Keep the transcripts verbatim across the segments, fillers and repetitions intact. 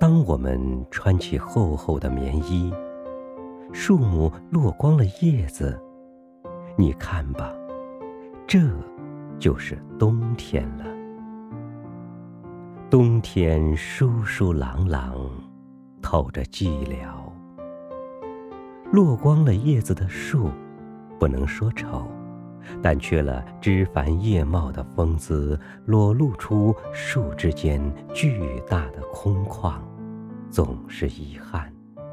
当我们穿起厚厚的棉衣，树木落光了叶子，你看吧，这就是冬天了。冬天疏疏朗朗，透着寂寥。落光了叶子的树，不能说丑，但缺了枝繁叶茂的风姿，裸露出树之间巨大的空旷，总是遗憾。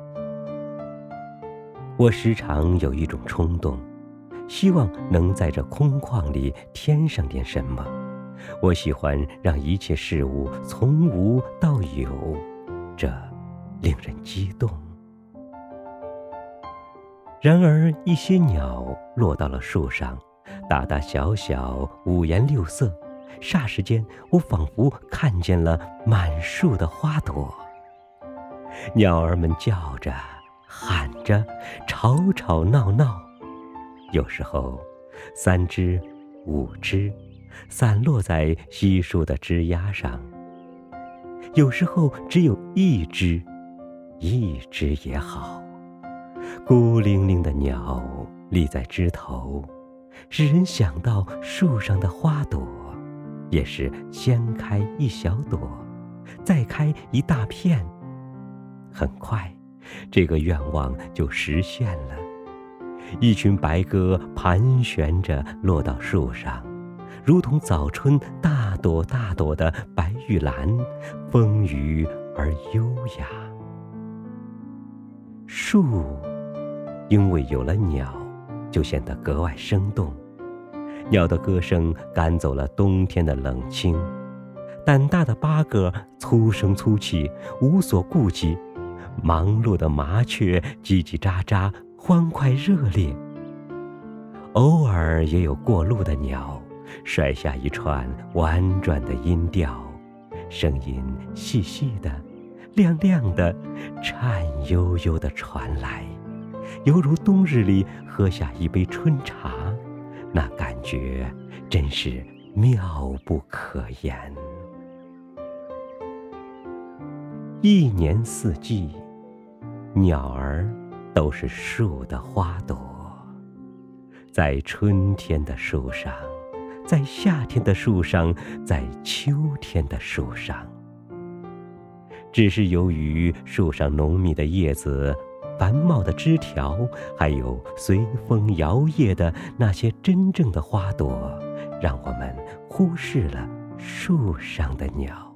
我时常有一种冲动，希望能在这空旷里添上点什么。我喜欢让一切事物从无到有，这令人激动。然而一些鸟落到了树上，大大小小，五颜六色，霎时间我仿佛看见了满树的花朵。鸟儿们叫着喊着，吵吵闹闹，有时候三只五只散落在稀疏的枝桠上，有时候只有一只，一只也好。孤零零的鸟立在枝头，使人想到树上的花朵也是先开一小朵，再开一大片。很快这个愿望就实现了，一群白鸽盘旋着落到树上，如同早春大朵大朵的白玉兰，丰腴而优雅。树因为有了鸟，就显得格外生动。鸟的歌声赶走了冬天的冷清，胆大的八哥粗声粗气，无所顾忌，忙碌的麻雀叽叽喳喳，欢快热烈。偶尔也有过路的鸟甩下一串婉转的音调，声音细细的，亮亮的，颤悠悠地传来，犹如冬日里喝下一杯春茶，那感觉真是妙不可言。一年四季，鸟儿都是树的花朵，在春天的树上，在夏天的树上，在秋天的树上。只是由于树上浓密的叶子，繁茂的枝条，还有随风摇曳的那些真正的花朵，让我们忽视了树上的鸟。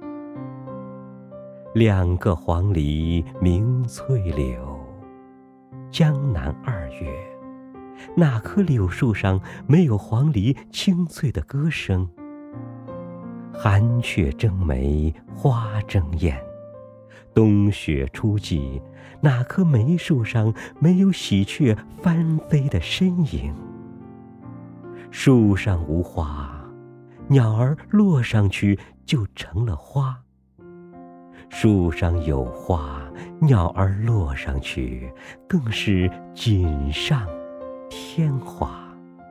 两个黄鹂鸣翠柳，江南二月，哪棵柳树上没有黄鹂清脆的歌声？寒雀争眉，花争艳，冬雪初霁，哪棵梅树上没有喜鹊翻飞的身影？树上无花，鸟儿落上去就成了花；树上有花，鸟儿落上去更是锦上添花。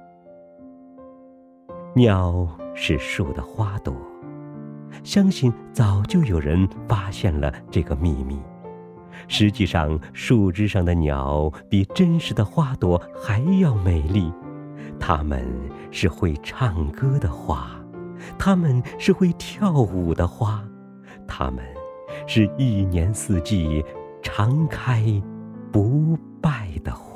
鸟是树的花朵，相信早就有人发现了这个秘密。实际上，树枝上的鸟比真实的花朵还要美丽。它们是会唱歌的花，它们是会跳舞的花，它们是一年四季常开不败的花。